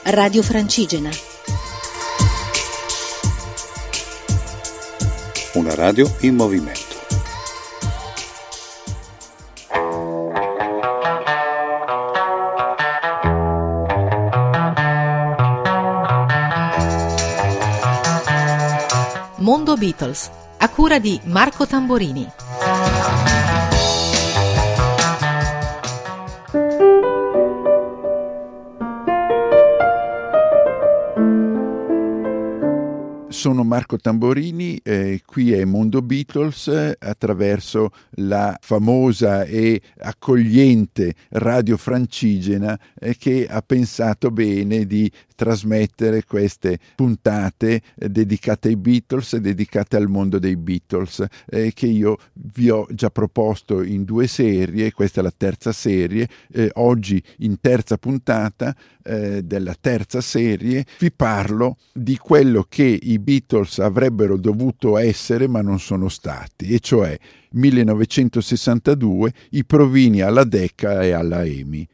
Radio Francigena. Una radio in movimento. Mondo Beatles, a cura di Marco Tamborini. Sono Marco Tamborini, qui è Mondo Beatles attraverso la famosa e accogliente Radio Francigena che ha pensato bene di trasmettere queste puntate dedicate ai Beatles, dedicate al mondo dei Beatles, che io vi ho già proposto in 2 serie. Questa è la terza serie. Oggi, in terza puntata della terza serie, vi parlo di quello che i Beatles avrebbero dovuto essere ma non sono stati, e cioè 1962 i provini alla Decca e alla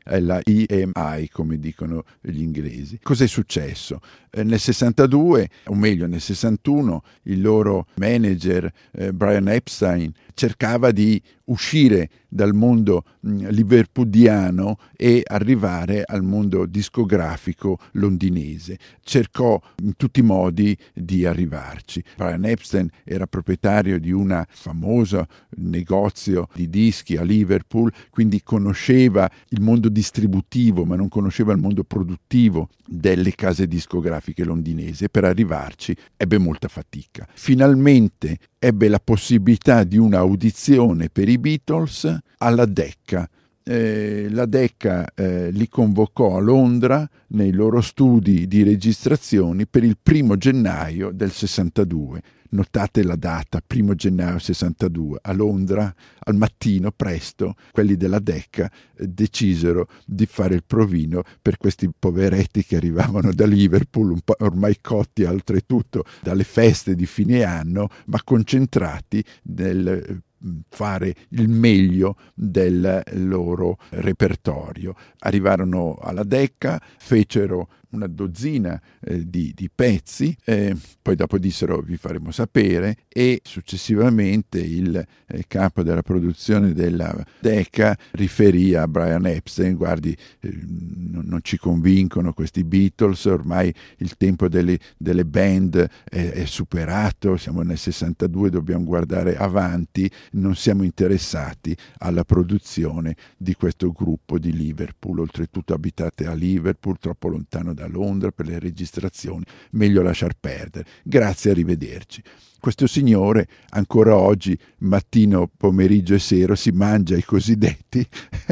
EMI, come dicono gli inglesi. Cos'è successo? Nel 62, o meglio nel 61, il loro manager Brian Epstein cercava di uscire dal mondo liverpudliano e arrivare al mondo discografico londinese. Cercò in tutti i modi di arrivarci. Brian Epstein era proprietario di una famosa negozio di dischi a Liverpool, quindi conosceva il mondo distributivo ma non conosceva il mondo produttivo delle case discografiche londinesi. Per arrivarci ebbe molta fatica. Finalmente ebbe la possibilità di un'audizione per i Beatles alla Decca. La Decca li convocò a Londra nei loro studi di registrazioni per il 1 gennaio del 62. Notate la data, 1 gennaio 62, a Londra, al mattino presto, quelli della Decca decisero di fare il provino per questi poveretti che arrivavano da Liverpool, un po' ormai cotti oltretutto dalle feste di fine anno, ma concentrati nel fare il meglio del loro repertorio. Arrivarono alla Decca, fecero una dozzina di pezzi, poi dopo dissero vi faremo sapere, e successivamente il capo della produzione della Decca riferì a Brian Epstein: guardi, non ci convincono questi Beatles, ormai il tempo delle band è superato, siamo nel 62, dobbiamo guardare avanti, non siamo interessati alla produzione di questo gruppo di Liverpool, oltretutto abitate a Liverpool, troppo lontano da Londra per le registrazioni, meglio lasciar perdere, grazie, arrivederci. Questo signore ancora oggi, mattino, pomeriggio e sera, si mangia i cosiddetti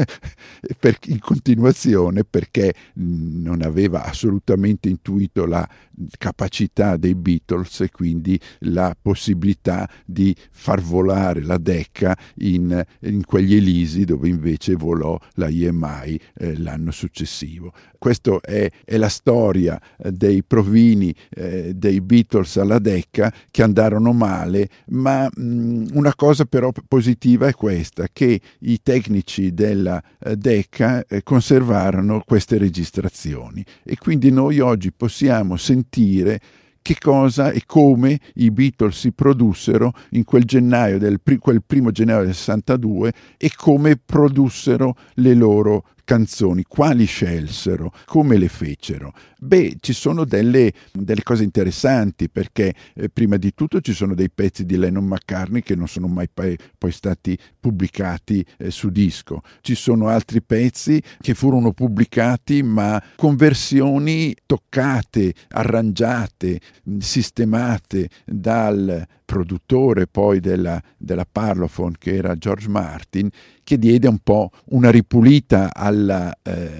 in continuazione, perché non aveva assolutamente intuito la capacità dei Beatles e quindi la possibilità di far volare la Decca in quegli Elisi dove invece volò la EMI l'anno successivo. Questa è la storia dei provini dei Beatles alla Decca, che andarono male, ma una cosa però positiva è questa, che i tecnici della Decca conservarono queste registrazioni, e quindi noi oggi possiamo sentire che cosa e come i Beatles si produssero in quel gennaio quel 1 gennaio del 62, e come produssero le loro canzoni, quali scelsero, come le fecero. Ci sono delle cose interessanti, perché prima di tutto ci sono dei pezzi di Lennon-McCartney che non sono mai poi stati pubblicati su disco. Ci sono altri pezzi che furono pubblicati ma con versioni toccate, arrangiate, sistemate dal produttore poi della Parlophone, che era George Martin, che diede un po' una ripulita alla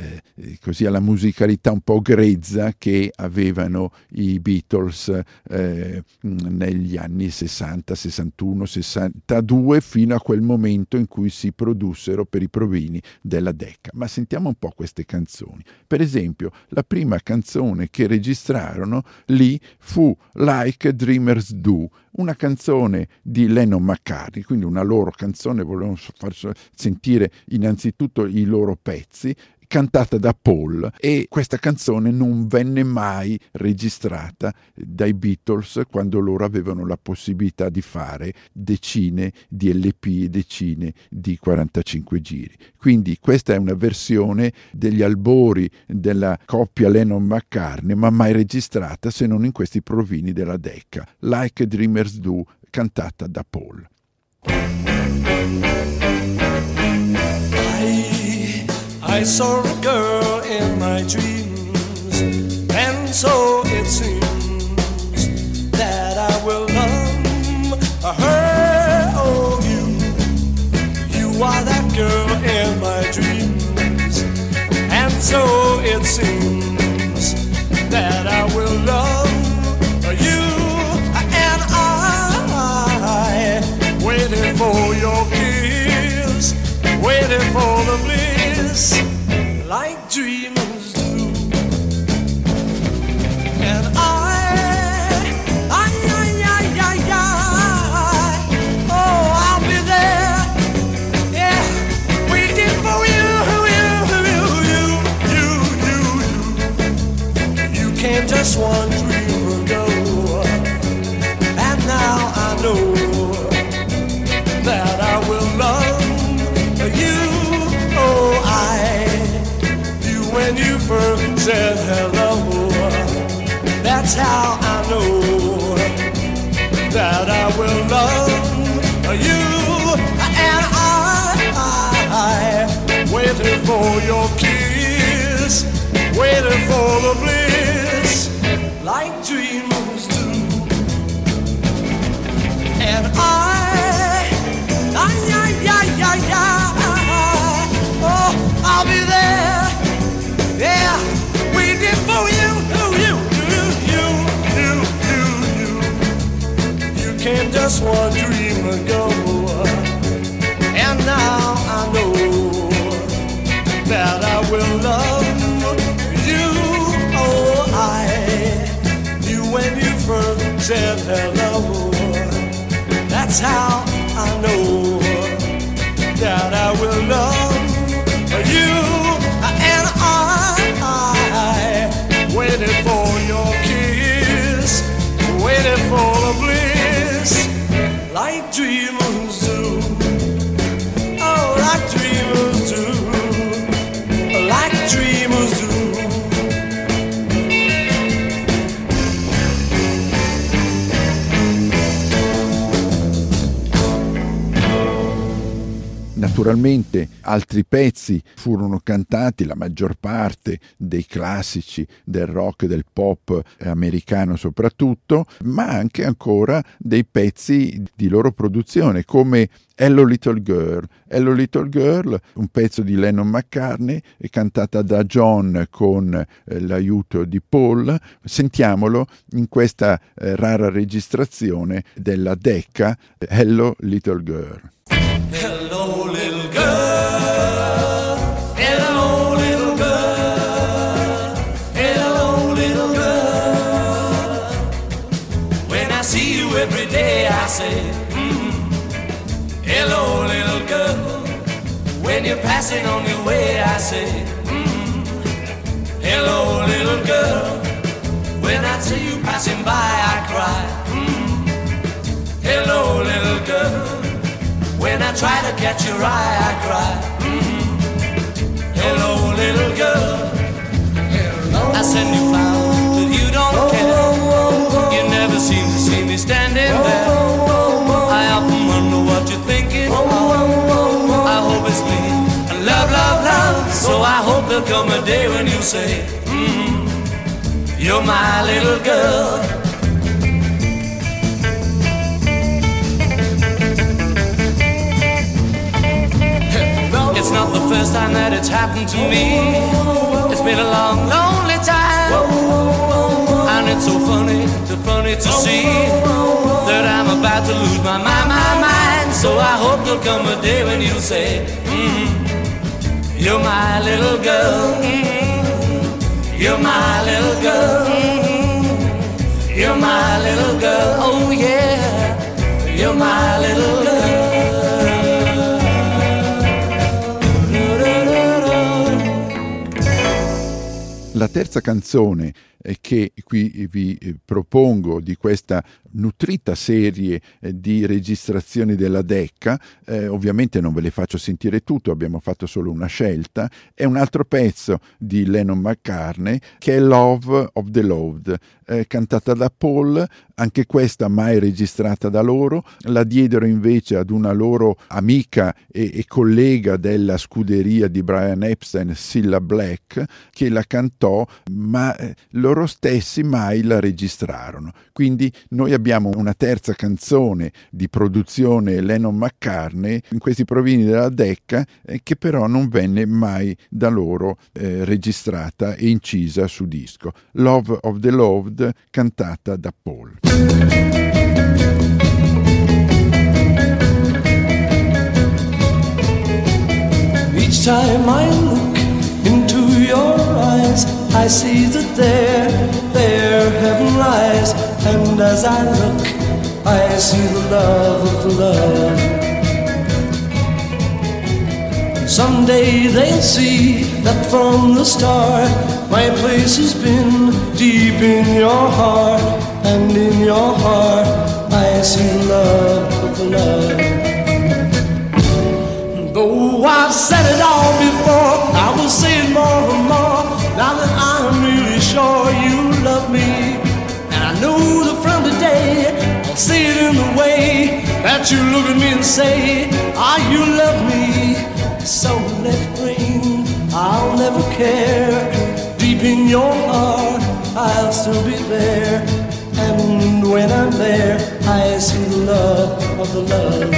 musicalità un po' grezza che avevano i Beatles negli anni 60, 61, 62, fino a quel momento in cui si produssero per i provini della Decca. Ma sentiamo un po' queste canzoni. Per esempio, la prima canzone che registrarono lì fu Like Dreamers Do, una canzone di Lennon-McCartney, quindi una loro canzone. Volevano far sentire innanzitutto i loro pezzi, cantata da Paul, e questa canzone non venne mai registrata dai Beatles quando loro avevano la possibilità di fare decine di LP, decine di 45 giri. Quindi questa è una versione degli albori della coppia Lennon-McCartney, ma mai registrata se non in questi provini della Decca, Like Dreamers Do, cantata da Paul. I saw a girl in my dreams, and so it seems that I will love her. Oh, you are that girl in my dreams, and so it seems that I will love you. And I waited for your kiss, waited for the bliss, like dreamers do. And oh, I'll be there, yeah, waiting for you. You came just one dream ago, and now I know that I will love you. Oh, when you first said hello, that's how I know that I will love you. And I waited for your kiss, waited for the bliss, like dreamers do. And oh, I'll be there, yeah, waiting for you. You came just one dream ago, and now I know that I will love you. Oh, I knew when you first said hello, that's how I know that I will love you. And I waited for your kiss, waited for the bliss, like dreamers do. Oh, like dreamers do, like dreamers do. Naturalmente altri pezzi furono cantati, la maggior parte dei classici del rock e del pop americano soprattutto, ma anche ancora dei pezzi di loro produzione come Hello Little Girl. Hello Little Girl, un pezzo di Lennon-McCartney, cantata da John con l'aiuto di Paul. Sentiamolo in questa rara registrazione della Decca, Hello Little Girl. Hello, little girl. Hello, little girl. Hello, little girl. When I see you every day, I say, hello, little girl. When you're passing on your way, I say, hello, little girl. When I see you passing by, I cry, hello, little girl. When I try to catch your eye, I cry, hello, little girl. Hello. I send you flowers, but you don't care. You never seem to see me standing there. I often wonder what you're thinking of. I hope it's me, love, love, love. So I hope there'll come a day when you say, you're my little girl. It's not the first time that it's happened to me. It's been a long, lonely time, and it's so funny to see that I'm about to lose my mind. So I hope there'll come a day when you say, you're my little girl. You're my little girl. You're my little girl. Oh yeah, you're my little girl. La terza canzone che qui vi propongo di questa nutrita serie di registrazioni della Decca, ovviamente non ve le faccio sentire tutto, abbiamo fatto solo una scelta, è un altro pezzo di Lennon-McCartney che è Love of the Loved, cantata da Paul, anche questa mai registrata da loro, la diedero invece ad una loro amica e collega della scuderia di Brian Epstein, Cilla Black, che la cantò, ma loro stessi mai la registrarono. Quindi noi abbiamo una terza canzone di produzione Lennon-McCartney in questi provini della Decca, che però non venne mai da loro registrata e incisa su disco. Love of the Loved, cantata da Paul. Each time I look into your eyes, I see that there heaven lies. And as I look, I see the love of the love. Someday they'll see that from the start my place has been deep in your heart. And in your heart I see the love of the love. Though I've said it all before, I will say it more and more. Now that I'm really sure you love me, and I know that from today I'll see it in the way that you look at me and say, ah, you love me. So let it rain, I'll never care. Deep in your heart I'll still be there. And when I'm there I see the love of the love.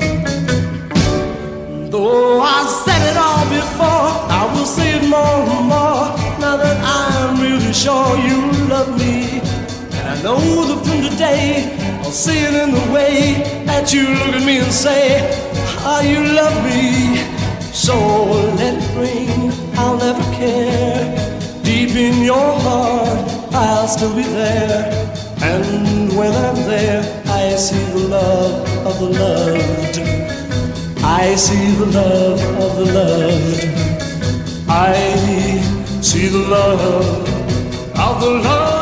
Though I said it all before, I will say it more and more. Now that I'm really sure you love me, and I know that from today I'll see it in the way that you look at me and say, ah, you love me. So let it rain, I'll never care. Deep in your heart I'll still be there. And when I'm there I see the love of the loved. I see the love of the loved. I see the love of the loved.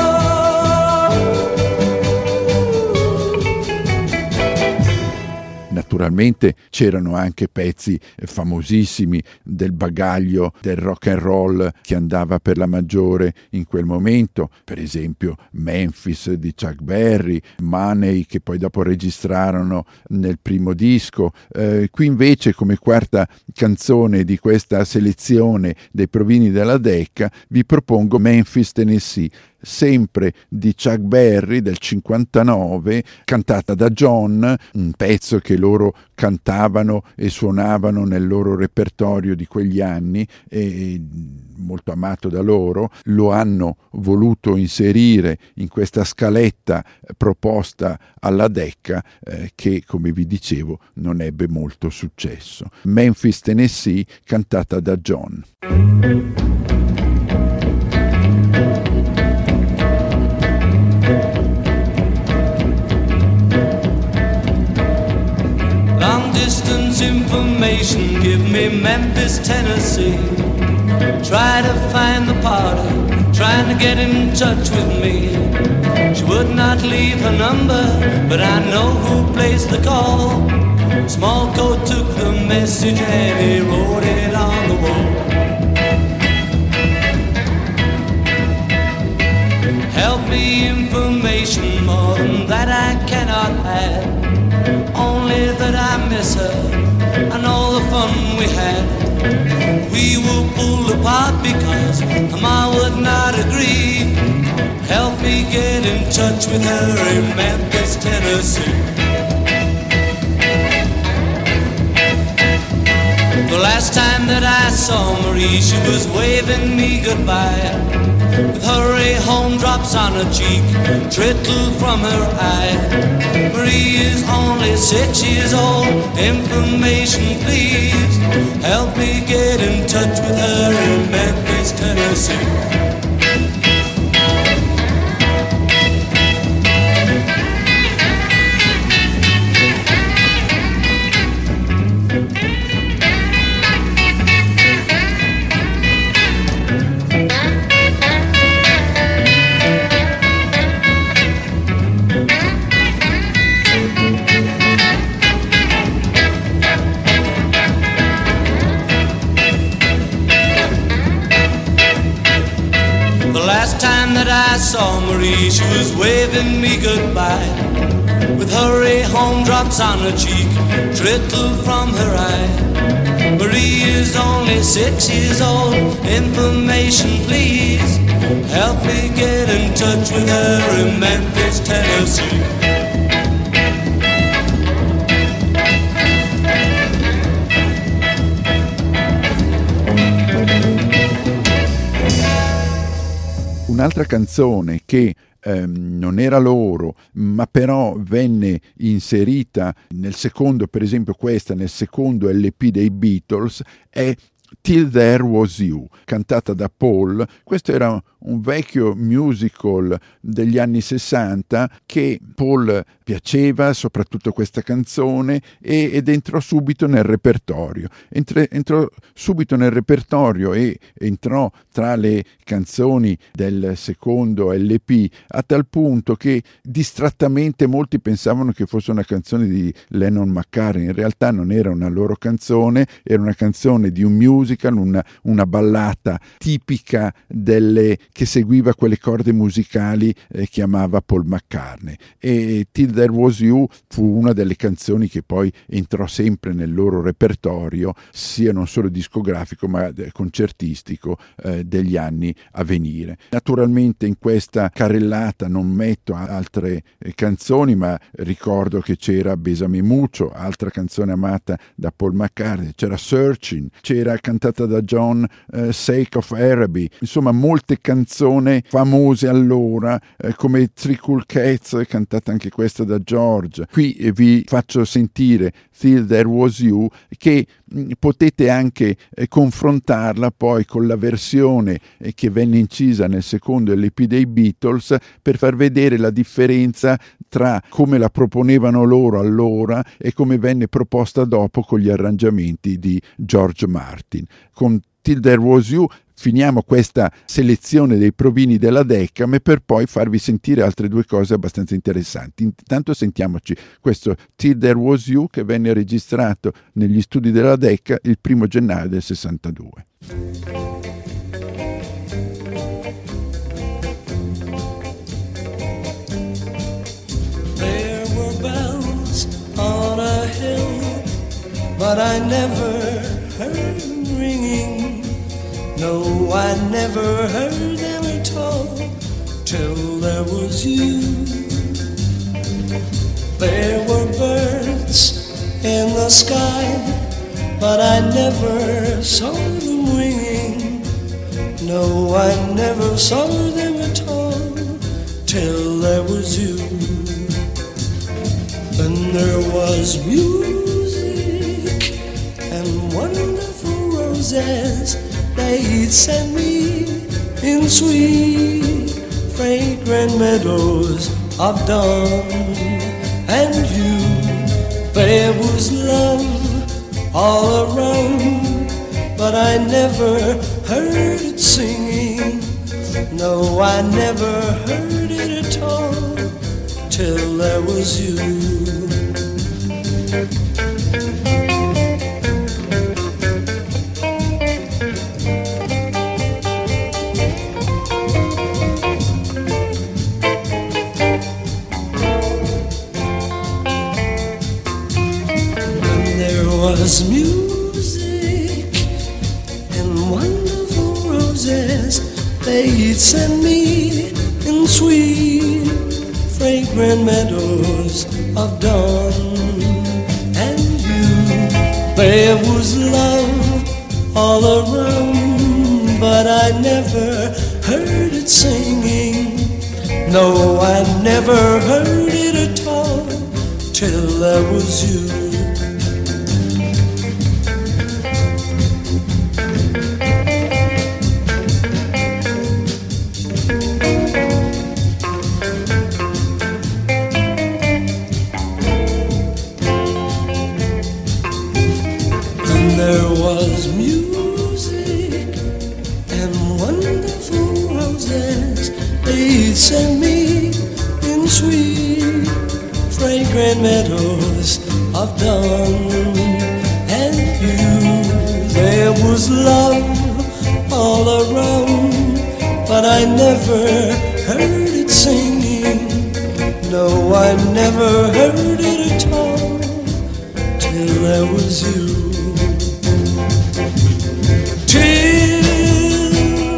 Naturalmente c'erano anche pezzi famosissimi del bagaglio del rock and roll che andava per la maggiore in quel momento, per esempio Memphis di Chuck Berry, Money che poi dopo registrarono nel primo disco. Qui invece come quarta canzone di questa selezione dei provini della Decca vi propongo Memphis, Tennessee, sempre di Chuck Berry del 59, cantata da John, un pezzo che loro cantavano e suonavano nel loro repertorio di quegli anni e molto amato da loro. Lo hanno voluto inserire in questa scaletta proposta alla Decca che, come vi dicevo, non ebbe molto successo. Memphis, Tennessee, cantata da John. Distance information, give me Memphis, Tennessee. Try to find the party, trying to get in touch with me. She would not leave her number, but I know who placed the call. Small coat took the message and he wrote it on the wall. Help me information, more than that I cannot have. Only that I miss her and all the fun we had. We were pulled apart because Ma would not agree. Help me get in touch with her in Memphis, Tennessee. The last time that I saw Marie, she was waving me goodbye. With hurry home drops on her cheek, trickle from her eye. Marie is only 6 years old, information please. Help me get in touch with her in Memphis, Tennessee. last time that I saw Marie, she was waving me goodbye. With hurry home drops on her cheek, trickle from her eye. Marie is only 6 years old, information please. Help me get in touch with her in Memphis, Tennessee. Un'altra canzone che non era loro, ma però venne inserita nel secondo, per esempio questa, nel secondo LP dei Beatles, è Till There Was You, cantata da Paul. Questo era un vecchio musical degli anni 60 che Paul piaceva, soprattutto questa canzone, ed entrò subito nel repertorio. Entrò subito nel repertorio e entrò tra le canzoni del secondo LP, a tal punto che distrattamente molti pensavano che fosse una canzone di Lennon-McCartney. In realtà non era una loro canzone, era una canzone di un musical, una ballata tipica che seguiva quelle corde musicali che amava Paul McCartney. E Till There Was You fu una delle canzoni che poi entrò sempre nel loro repertorio, sia non solo discografico ma concertistico degli anni a venire. Naturalmente in questa carrellata non metto altre canzoni, ma ricordo che c'era Besame Mucho, altra canzone amata da Paul McCartney, c'era Searching, c'era cantata da John Sake of Araby, insomma molte canzoni famose allora, come Three Cool Cats, cantata anche questa da George. Qui vi faccio sentire Till There Was You, che potete anche confrontarla poi con la versione che venne incisa nel secondo LP dei Beatles, per far vedere la differenza tra come la proponevano loro allora e come venne proposta dopo con gli arrangiamenti di George Martin. Con Till There Was You finiamo questa selezione dei provini della Decca, per poi farvi sentire altre due cose abbastanza interessanti. Intanto sentiamoci questo Till There Was You, che venne registrato negli studi della Decca il 1 gennaio del 62. There were bells on a hill, but I never heard them ringing. No, I never heard them at all till there was you. There were birds in the sky, but I never saw them winging. No, I never saw them at all till there was you. Then there was music and wonderful roses. They'd send me in sweet, fragrant meadows of dawn. And you, there was love all around, but I never heard it singing. No, I never heard it at all till there was you. Was music and wonderful roses. They'd send me in sweet, fragrant meadows of dawn. And you, there was love all around, but I never heard it singing. No, I never heard it at all till there was you. There was music and wonderful roses. They'd send me in sweet, fragrant meadows of dawn. And you, there was love all around, but I never heard it singing. No, I never heard it at all till there was you. Till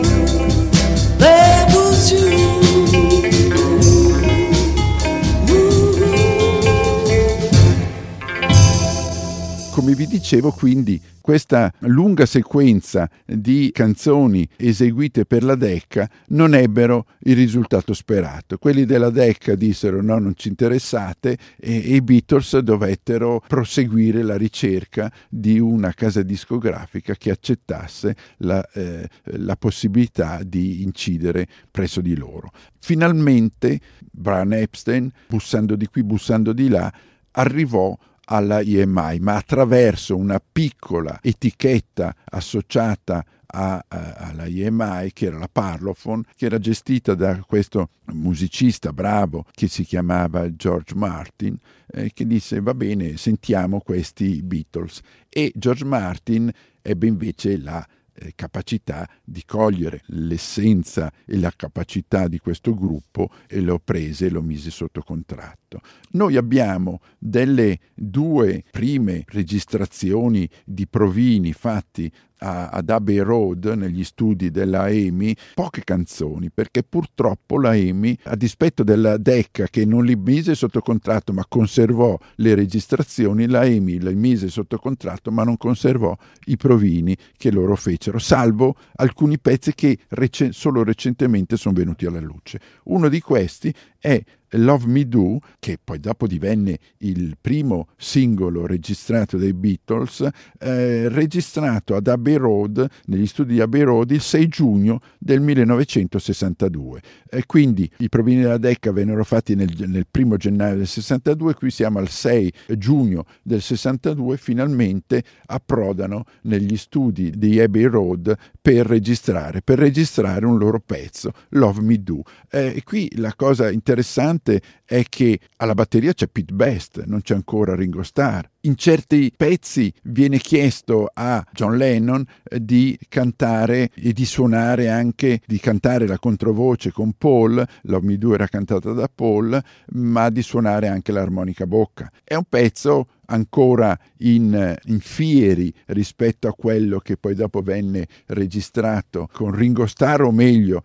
there was you. Come vi dicevo, quindi, questa lunga sequenza di canzoni eseguite per la Decca non ebbero il risultato sperato. Quelli della Decca dissero no, non ci interessate, e i Beatles dovettero proseguire la ricerca di una casa discografica che accettasse la possibilità di incidere presso di loro. Finalmente Brian Epstein, bussando di qui, bussando di là, arrivò alla EMI, ma attraverso una piccola etichetta associata alla EMI, che era la Parlophone, che era gestita da questo musicista bravo che si chiamava George Martin, che disse va bene, sentiamo questi Beatles. E George Martin ebbe invece la capacità di cogliere l'essenza e la capacità di questo gruppo e lo prese e lo mise sotto contratto. Noi abbiamo delle 2 prime registrazioni di provini fatti ad Abbey Road, negli studi della EMI, poche canzoni, perché purtroppo la EMI, a dispetto della Decca che non li mise sotto contratto ma conservò le registrazioni, la EMI le mise sotto contratto ma non conservò i provini che loro fecero, salvo alcuni pezzi che solo recentemente sono venuti alla luce. Uno di questi è Love Me Do, che poi dopo divenne il primo singolo registrato dai Beatles, registrato ad Abbey Road, negli studi di Abbey Road, il 6 giugno del 1962. Quindi i provini della Decca vennero fatti nel 1 gennaio del 62, qui siamo al 6 giugno del 62, finalmente approdano negli studi di Abbey Road per registrare un loro pezzo, Love Me Do. E qui la cosa interessante è che alla batteria c'è Pete Best, non c'è ancora Ringo Starr. In certi pezzi viene chiesto a John Lennon di cantare e di suonare anche, di cantare la controvoce con Paul, Love Me Do era cantata da Paul, ma di suonare anche l'armonica a bocca. È un pezzo ancora in fieri rispetto a quello che poi dopo venne registrato con Ringo Starr, o meglio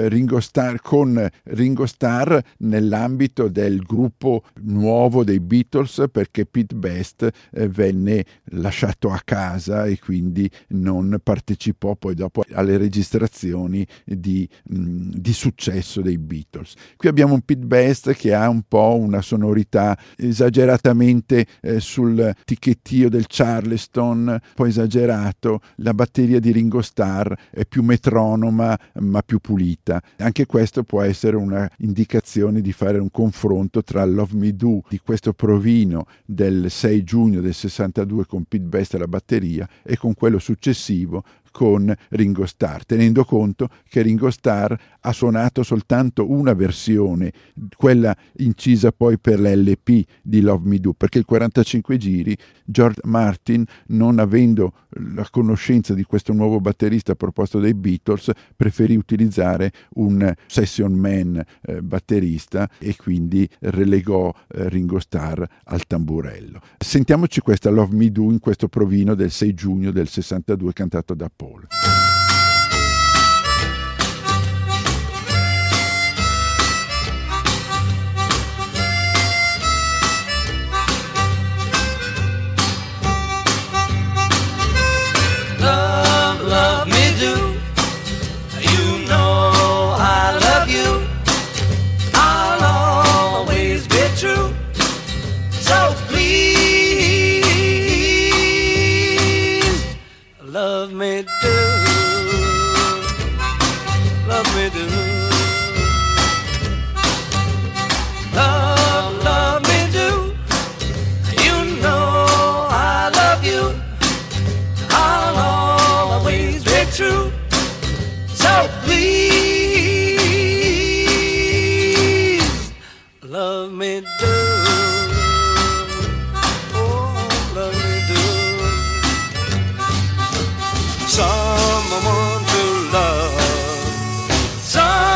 con Ringo Starr nell'ambito del gruppo nuovo dei Beatles, perché Pete Best venne lasciato a casa e quindi non partecipò poi dopo alle registrazioni di successo dei Beatles. Qui abbiamo un Pete Best che ha un po' una sonorità esageratamente sul ticchettio del Charleston, un po' esagerato. La batteria di Ringo Starr è più metronoma ma più pulita. Anche questo può essere una indicazione di fare un confronto tra Love Me Do di questo provino del 6 giugno del 62 con Pete Best alla batteria e con quello successivo con Ringo Starr, tenendo conto che Ringo Starr ha suonato soltanto una versione, quella incisa poi per l'LP di Love Me Do, perché il 45 giri George Martin, non avendo la conoscenza di questo nuovo batterista proposto dai Beatles, preferì utilizzare un session man batterista e quindi relegò Ringo Starr al tamburello. Sentiamoci questa Love Me Do in questo provino del 6 giugno del 62 cantato da Paul. Love me do. You know I love you. I'll always be true. So please, love me do. Love me do. Love me do. You know I love you. I'll always be true. So please, love me do. Oh, love me do. Someone to love.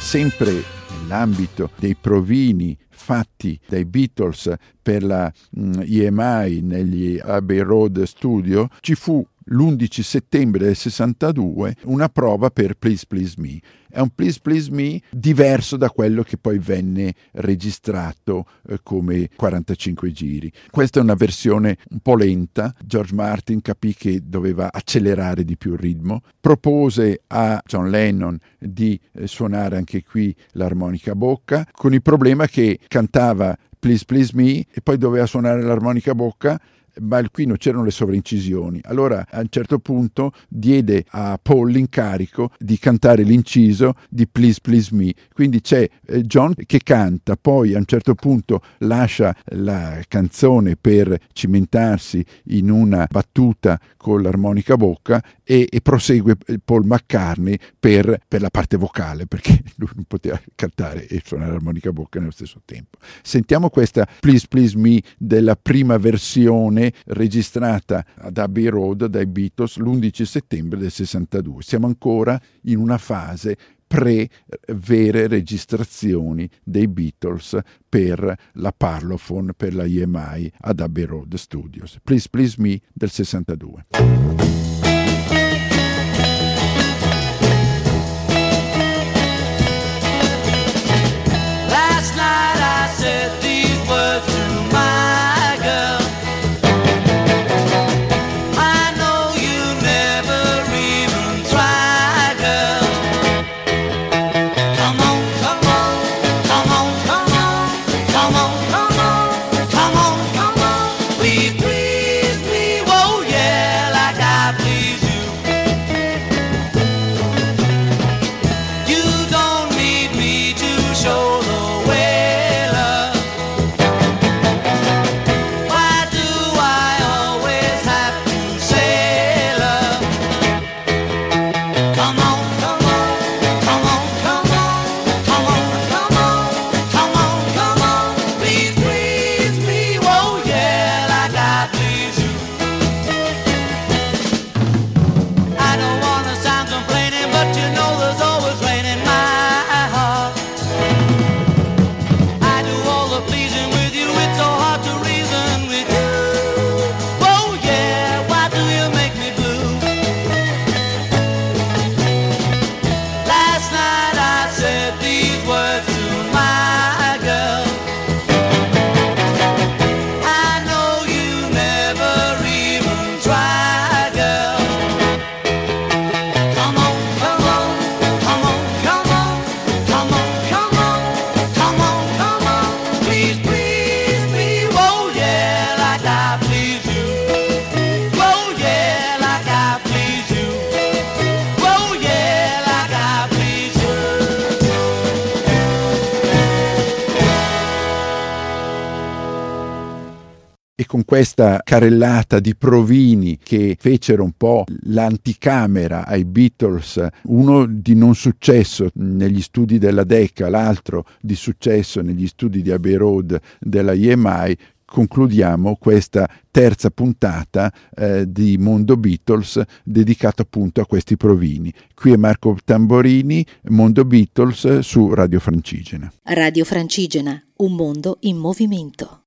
sempre nell'ambito dei provini fatti dai Beatles per la EMI negli Abbey Road Studio, ci fu l'11 settembre del 62 una prova per Please Please Me. È un Please Please Me diverso da quello che poi venne registrato come 45 giri. Questa è una versione un po' lenta. George Martin capì che doveva accelerare di più il ritmo, propose a John Lennon di suonare anche qui l'armonica a bocca, con il problema che cantava Please Please Me e poi doveva suonare l'armonica a bocca, ma qui non c'erano le sovraincisioni. Allora a un certo punto diede a Paul l'incarico di cantare l'inciso di Please Please Me, quindi c'è John che canta, poi a un certo punto lascia la canzone per cimentarsi in una battuta con l'armonica a bocca e prosegue Paul McCartney per la parte vocale, perché lui non poteva cantare e suonare l'armonica a bocca nello stesso tempo. Sentiamo questa Please Please Me della prima versione registrata ad Abbey Road dai Beatles l'11 settembre del 62. Siamo ancora in una fase pre-vere registrazioni dei Beatles per la Parlophone, per la EMI ad Abbey Road Studios. Please Please Me del 62. Last night I said these words to my girl. I know you never even try, girl. Come on, come on, come on, come on, come on, come on, come on, come on. Please, please me, oh yeah, like I please you. You don't need me to show the way, love. Why do I always have to say love? Come on, come on, come on, come on, come on, come on, come on, come on. Please, please me, oh yeah, like I please you. I don't wanna sound complaining, but you know there's always rain in my heart. I do all the pleasing with you, it's so hard to reason with you. Oh yeah, why do you make me blue? Last night I said these words to my girl. I know you never even try, girl. Come on, come on, come on, come on, come on, come on, come on, come on. Please, please me, oh yeah, like I please you. Oh yeah, like I please you. Oh yeah, like I please you. E con questa carrellata di provini che fecero un po' l'anticamera ai Beatles, uno di non successo negli studi della Decca, l'altro di successo negli studi di Abbey Road della EMI, concludiamo questa terza puntata di Mondo Beatles dedicata appunto a questi provini. Qui è Marco Tamborini, Mondo Beatles su Radio Francigena. Radio Francigena, un mondo in movimento.